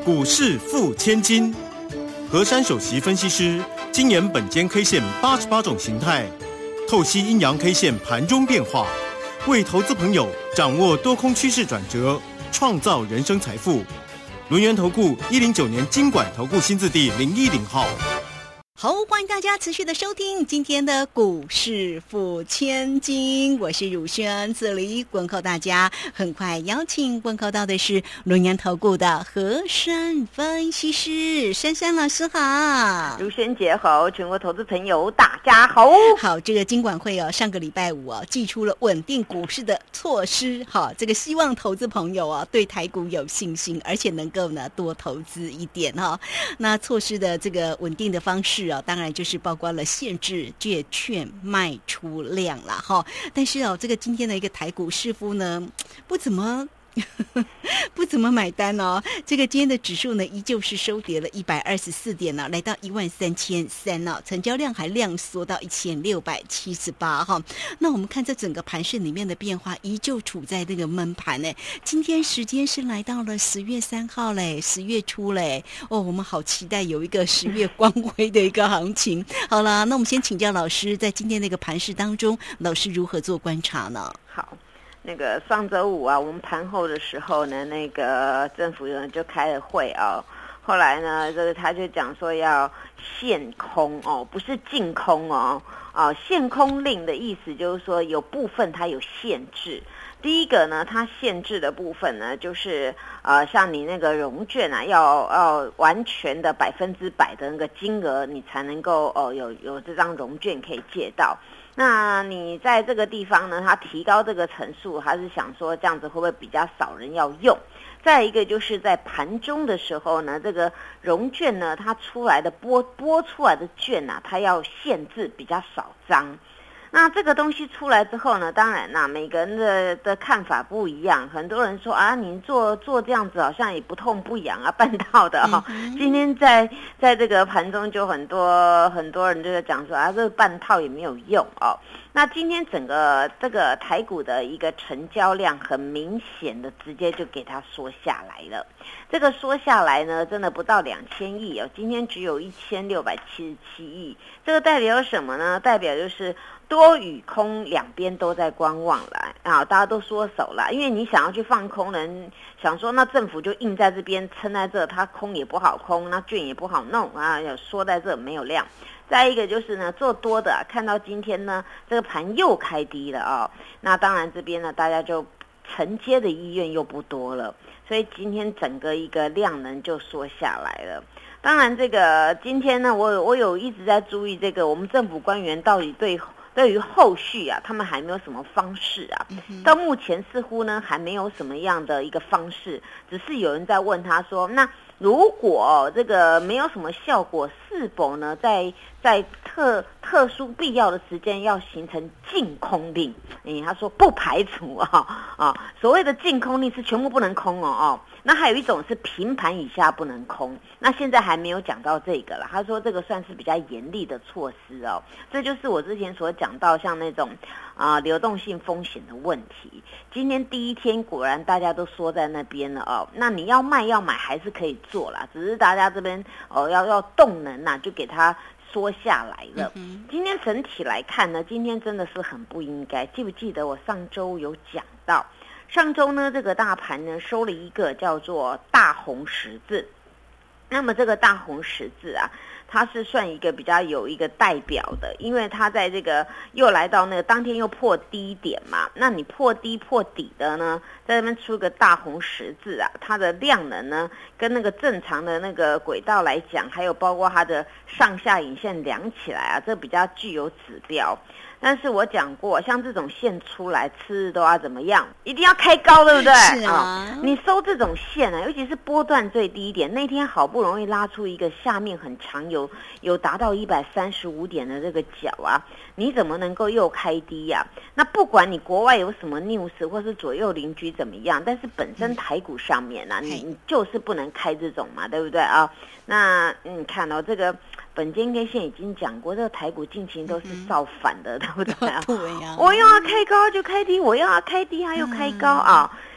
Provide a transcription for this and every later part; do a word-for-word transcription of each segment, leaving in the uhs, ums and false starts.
股市付千金，和山首席分析师精研本间 K 线八十八种形态，透析阴阳 K 线盘中变化，为投资朋友掌握多空趋势转折，创造人生财富。轮源投顾一零九年金管投顾新字第零一零号。 好，欢迎大家持续的收听今天的股市付千金，我是汝轩，这里问候大家。很快邀请问候到的是轮源投顾的和山分析师珊珊老师好。 汝轩姐好，全国投资朋友大家好。 好，这个金管会哦，上个礼拜五哦，祭出了稳定股市的措施，好，这个希望投资朋友哦对台股有信心，而且能够呢多投资一点哈、哦。那措施的这个稳定的方式哦，当然就是包括了限制借券卖出量啦哈。但是哦，这个今天的一个台股似乎呢不怎么不怎么买单哦。这个今天的指数呢依旧是收跌了一百二十四点呢，来到一万三千三哦，成交量还量缩到一千六百七十八哈。那我们看这整个盘势里面的变化，依旧处在这个闷盘呢。今天时间是来到了十月三号嘞，十月初嘞哦，我们好期待有一个十月光辉的一个行情。好了，那我们先请教老师，在今天那个盘势当中，老师如何做观察呢？ 好。那个上周五啊，我们盘后的时候呢，那个政府呢就开了会啊，后来呢，这个他就讲说要限空哦，不是净空哦，啊，限空令的意思就是说有部分它有限制。第一个呢，它限制的部分呢，就是呃，像你那个融券啊，要要完全的百分之百的那个金额，你才能够哦有有这张融券可以借到。那你在这个地方呢，它提高这个层数，还是想说这样子会不会比较少人要用？再一个就是在盘中的时候呢，这个融券呢，它出来的拨拨出来的券啊，它要限制比较少张。那这个东西出来之后呢，当然啦，每个人的的看法不一样。很多人说啊，你做做这样子好像也不痛不痒啊，办到的哦。嗯、今天在在这个盘中就很多很多人就在讲说啊，这个半套也没有用哦。那今天整个这个台股的一个成交量很明显的直接就给它缩下来了。这个缩下来呢，真的不到两千亿哦，今天只有一千六百七十七亿。这个代表什么呢？代表就是多与空两边都在观望了啊，大家都缩手了，因为你想要去放空人，想说那政府就硬在这边撑在这，它空也不好空，那券也不好弄啊，缩在这没有量。再一个就是呢，做多的、啊、看到今天呢这个盘又开低了啊、哦，那当然这边呢大家就承接的意愿又不多了，所以今天整个一个量能就缩下来了。当然这个今天呢，我我有一直在注意这个我们政府官员到底对对于后续啊，他们还没有什么方式啊，嗯、到目前似乎呢还没有什么样的一个方式，只是有人在问他说，那如果这个没有什么效果，是否呢在在特特殊必要的时间要形成净空令？哎，他说不排除啊啊，所谓的净空令是全部不能空哦哦。那还有一种是平盘以下不能空，那现在还没有讲到这个了。他说这个算是比较严厉的措施哦，这就是我之前所讲到像那种啊、呃、流动性风险的问题。今天第一天果然大家都缩在那边了哦，那你要卖要买还是可以做啦，只是大家这边哦要要动能呐、啊，就给它缩下来了。嗯、今天整体来看呢，今天真的是很不应该。记不记得我上周有讲到？上周呢，这个大盘呢收了一个叫做大红十字。那么这个大红十字啊，它是算一个比较有一个代表的，因为它在这个又来到那个当天又破低点嘛，那你破低破底的呢，在那边出个大红十字啊，它的量能呢跟那个正常的那个轨道来讲，还有包括它的上下影线量起来啊，这比较具有指标。但是我讲过，像这种线出来，次日都要怎么样？一定要开高，对不对？ 是啊、 哦，你收这种线啊，尤其是波段最低点，那天好不容易拉出一个下面很长，有有达到一百三十五点的这个角啊，你怎么能够又开低呀、啊？那不管你国外有什么 news 或是左右邻居怎么样，但是本身台股上面啊，嗯、你你就是不能开这种嘛，对不对啊？那你看哦，这个。本间 K 线已经讲过，这个台股近期都是造反的，嗯、对不对啊？ 对呀、啊， 我又要开高就开低，我又要开低它又开高、嗯、啊。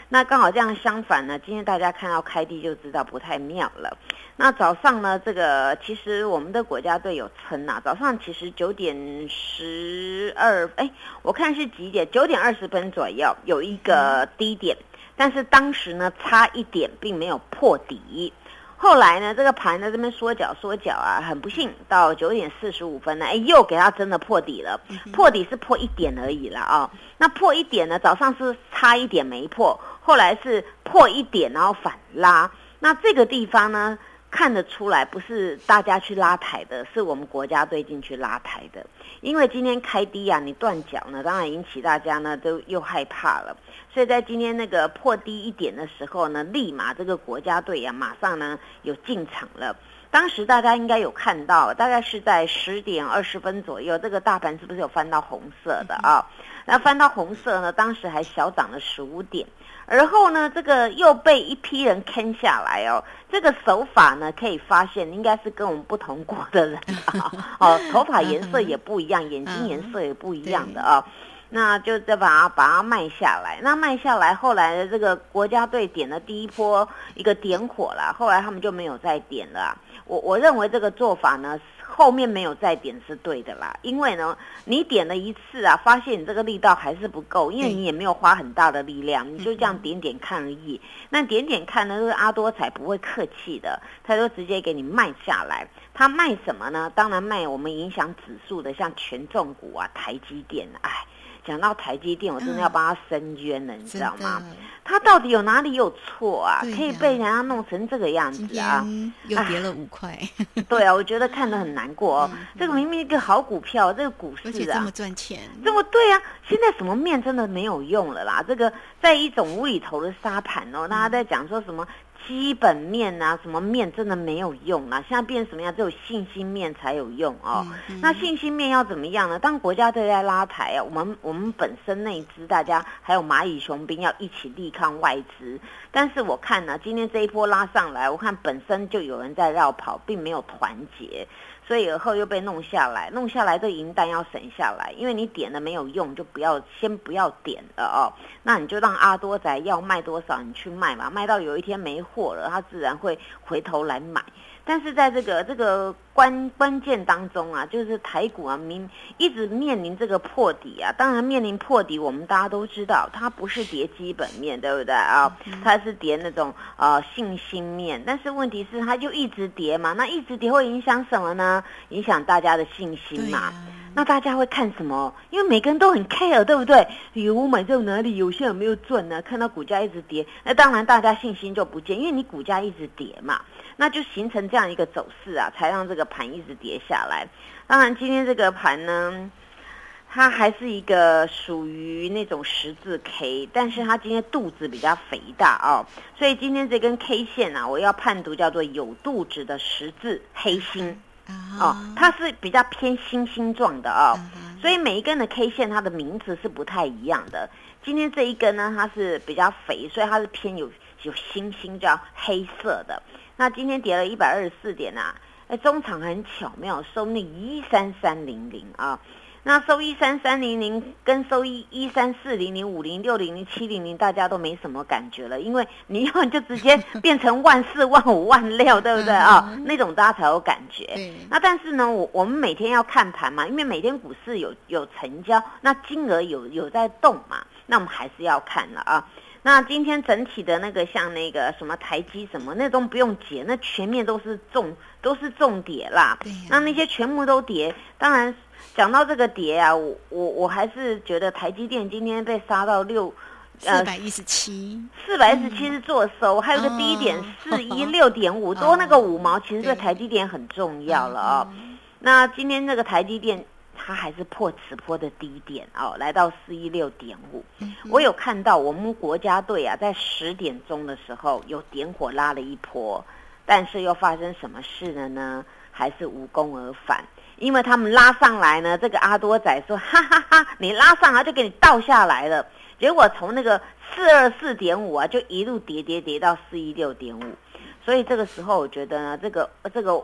那刚好这样相反呢，今天大家看到开低就知道不太妙了。那早上呢，这个其实我们的国家队有撑啊，早上其实九点十二，哎，我看是几点？九点二十分左右有一个低点，但是当时呢差一点，并没有破底。后来呢，这个盘在这边缩脚缩脚啊，很不幸到九点四十五分呢，哎，又给它真的破底了。破底是破一点而已了啊、哦。那破一点呢，早上是差一点没破，后来是破一点然后反拉。那这个地方呢，看得出来不是大家去拉抬的，是我们国家队进去拉抬的。因为今天开低啊，你断脚呢，当然引起大家呢都又害怕了。所以在今天那个破低一点的时候呢，立马这个国家队啊，马上呢有进场了。当时大家应该有看到，大概是在十点二十分左右，这个大盘是不是有翻到红色的啊？那翻到红色呢，当时还小涨了十五点。而后呢，这个又被一批人坑下来哦。这个手法呢，可以发现应该是跟我们不同国的人啊，哦，头发颜色也不一样，眼睛颜色也不一样的啊。那就再把它把它卖下来，那卖下来，后来的这个国家队点了第一波一个点火啦，后来他们就没有再点了、啊。我我认为这个做法呢，后面没有再点是对的啦，因为呢，你点了一次啊，发现你这个力道还是不够，因为你也没有花很大的力量，你就这样点点看而已。那点点看呢，这个阿多才不会客气的，他就直接给你卖下来。他卖什么呢？当然卖我们影响指数的，像权重股啊、台积电，哎。讲到台积电，我真的要帮他申冤了、嗯、你知道吗？他到底有哪里有错啊？可以被人家弄成这个样子啊！ 又跌了五块。 对啊，我觉得看得很难过哦。嗯、这个明明一个好股票，这个股市啊， 而且这么赚钱， 这么对啊！现在什么面真的没有用了啦。这个在一种无厘头的沙盘哦，大家在讲说什么？基本面啊，什么面真的没有用啊！现在变什么样？只有信心面才有用哦。嗯嗯、那信心面要怎么样呢？当国家队在拉抬啊，我们我们本身内资大家还有蚂蚁雄兵要一起力抗外资。但是我看呢、啊，今天这一波拉上来，我看本身就有人在绕跑，并没有团结。所以而后又被弄下来，弄下来这银弹要省下来，因为你点了没有用，就不要先不要点了哦。那你就让阿多仔要卖多少你去卖嘛，卖到有一天没货了，他自然会回头来买。但是在这个这个关关键当中啊，就是台股啊，明一直面临这个破底啊。当然面临破底，我们大家都知道，它不是跌基本面，对不对啊？它是跌那种呃信心面。但是问题是，它就一直跌嘛，那一直跌会影响什么呢？影响大家的信心嘛。啊、那大家会看什么？因为每个人都很 care， 对不对？有我买在哪里？有些有没有赚呢？看到股价一直跌，那当然大家信心就不见，因为你股价一直跌嘛。那就形成这样一个走势啊，才让这个盘一直跌下来。当然，今天这个盘呢，它还是一个属于那种十字 K， 但是它今天肚子比较肥大哦，所以今天这根 K 线啊，我要判读叫做有肚子的十字黑星哦，它是比较偏星星状的哦，所以每一根的 K 线它的名字是不太一样的。今天这一根呢，它是比较肥，所以它是偏有有星星叫黑色的。那今天跌了一百二十四点啊，哎，中场很巧妙，收那一三三零零啊，那收一三三零零跟收一一三四零零五零六零零七零零，大家都没什么感觉了，因为你要就直接变成万四万五万六，对不对啊？那种大家才有感觉。那但是呢，我我们每天要看盘嘛，因为每天股市有有成交，那金额有有在动嘛，那我们还是要看了啊。那今天整体的那个像那个什么台积什么那种不用解，那全面都是重都是重跌啦。对、啊，那那些全部都跌。当然讲到这个跌啊，我我我还是觉得台积电今天被杀到六四百一十七， 四百一十七是做收，嗯、还有个低点四一六点五，多那个五毛，其实对台积电很重要了哦。嗯、那今天这个台积电。它还是破此波的低点哦，来到四一六点五。我有看到我们国家队啊，在十点钟的时候有点火拉了一波，但是又发生什么事了呢？还是无功而返，因为他们拉上来呢，这个阿多仔说哈哈哈哈，你拉上来就给你倒下来了，结果从那个四二四点五啊，就一路跌跌跌到四一六点五。所以这个时候我觉得呢，这个这个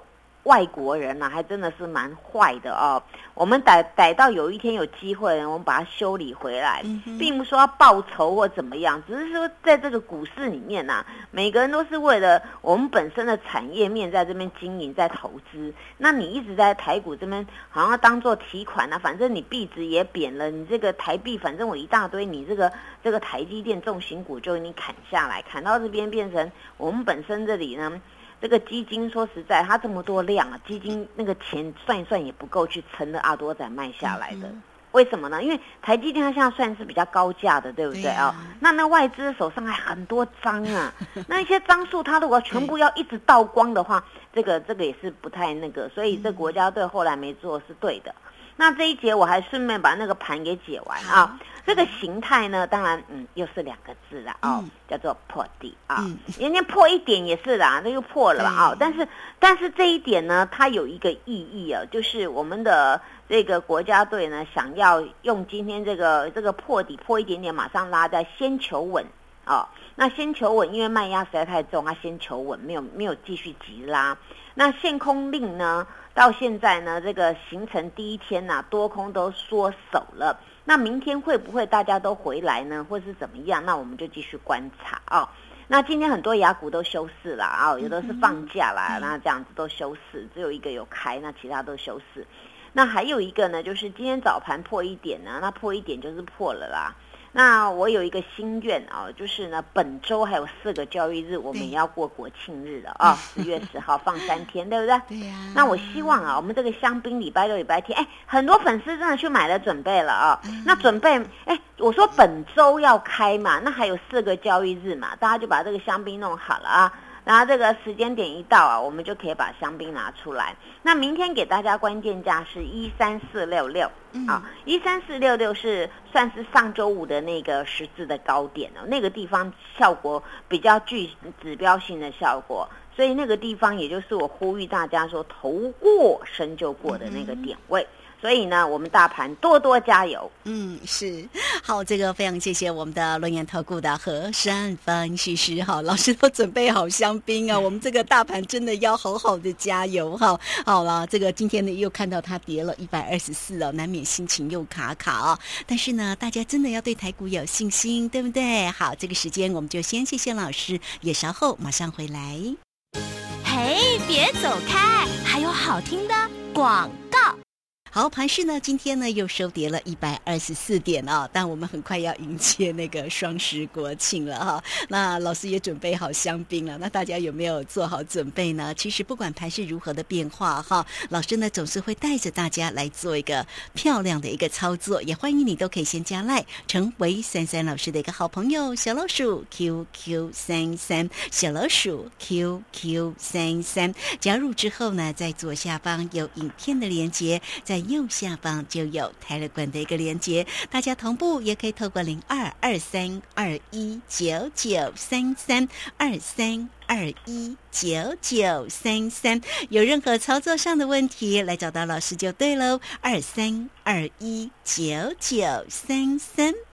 外国人啊，还真的是蛮坏的哦。我们逮逮到有一天有机会，我们把它修理回来，嗯、并不是说要报仇或怎么样，只是说在这个股市里面啊，每个人都是为了我们本身的产业面在这边经营，在投资。那你一直在台股这边好像当做提款啊，反正你币值也贬了，你这个台币反正我一大堆，你这个这个台积电重型股就给你砍下来，砍到这边变成我们本身这里呢。这个基金说实在，它这么多量啊，基金那个钱算一算也不够去撑的阿多仔卖下来的。嗯、为什么呢？因为台积电它现在算是比较高价的，对不对啊、哦？那那外资手上还很多张啊，那一些张数它如果全部要一直倒光的话，这个这个也是不太那个，所以这国家队后来没做是对的。那这一节我还顺便把那个盘给解完啊。这个形态呢，当然，嗯，又是两个字啦，哦，嗯、叫做破底啊。嗯、人家破一点也是啦，这又破了啊、哦。但是，但是这一点呢，它有一个意义啊，就是我们的这个国家队呢，想要用今天这个这个破底破一点点，马上拉在先求稳啊、哦。那先求稳，因为卖压实在太重，它先求稳，没有没有继续急拉。那限空令呢，到现在呢，这个形成第一天呐、啊，多空都缩手了。那明天会不会大家都回来呢，或是怎么样？那我们就继续观察哦。那今天很多亚股都休市了啊、哦，有的是放假啦，那这样子都休市，只有一个有开，那其他都休市。那还有一个呢，就是今天早盘破一点呢，那破一点就是破了啦。那我有一个心愿啊、哦，就是呢，本周还有四个交易日，我们也要过国庆日了啊，十、哦、月十号放三天，对不对？ 对呀、啊。 那我希望啊，我们这个香槟礼拜六、礼拜天，哎，很多粉丝真的去买了准备了啊、哦。嗯、那准备，哎，我说本周要开嘛，那还有四个交易日嘛，大家就把这个香槟弄好了啊。然后这个时间点一到啊，我们就可以把香槟拿出来。那明天给大家关键价是一三四六六啊，一三四六六是算是上周五的那个十字的高点哦，那个地方效果比较具指标性的效果，所以那个地方也就是我呼吁大家说头过身就过的那个点位。嗯，所以呢，我们大盘多多加油。 嗯，是好，这个非常谢谢我们的轮研投顾的和珊分析师哈，老师都准备好香槟啊，我们这个大盘真的要好好的加油哈。好了，这个今天呢又看到它跌了一百二十四哦，难免心情又卡卡哦。但是呢，大家真的要对台股有信心，对不对？好，这个时间我们就先谢谢老师，也稍后马上回来。 嘿，别走开，还有好听的广告。 好，盘市呢，今天呢又收跌了一百二十四点啊、哦，但我们很快要迎接那个双十国庆了哈、哦。那老师也准备好香槟了，那大家有没有做好准备呢？其实不管盘市如何的变化哈，老师呢总是会带着大家来做一个漂亮的一个操作，也欢迎你都可以先加赖，成为珊珊老师的一个好朋友，小老鼠 Q Q 三三，小老鼠 Q Q 三三，加入之后呢，在左下方有影片的连结，在右下方就有Telegram的一个连结，大家同步也可以透过零二二三二一九九三三二三二一九九三三，有任何操作上的问题来找到老师就对喽，二三二一九九三三。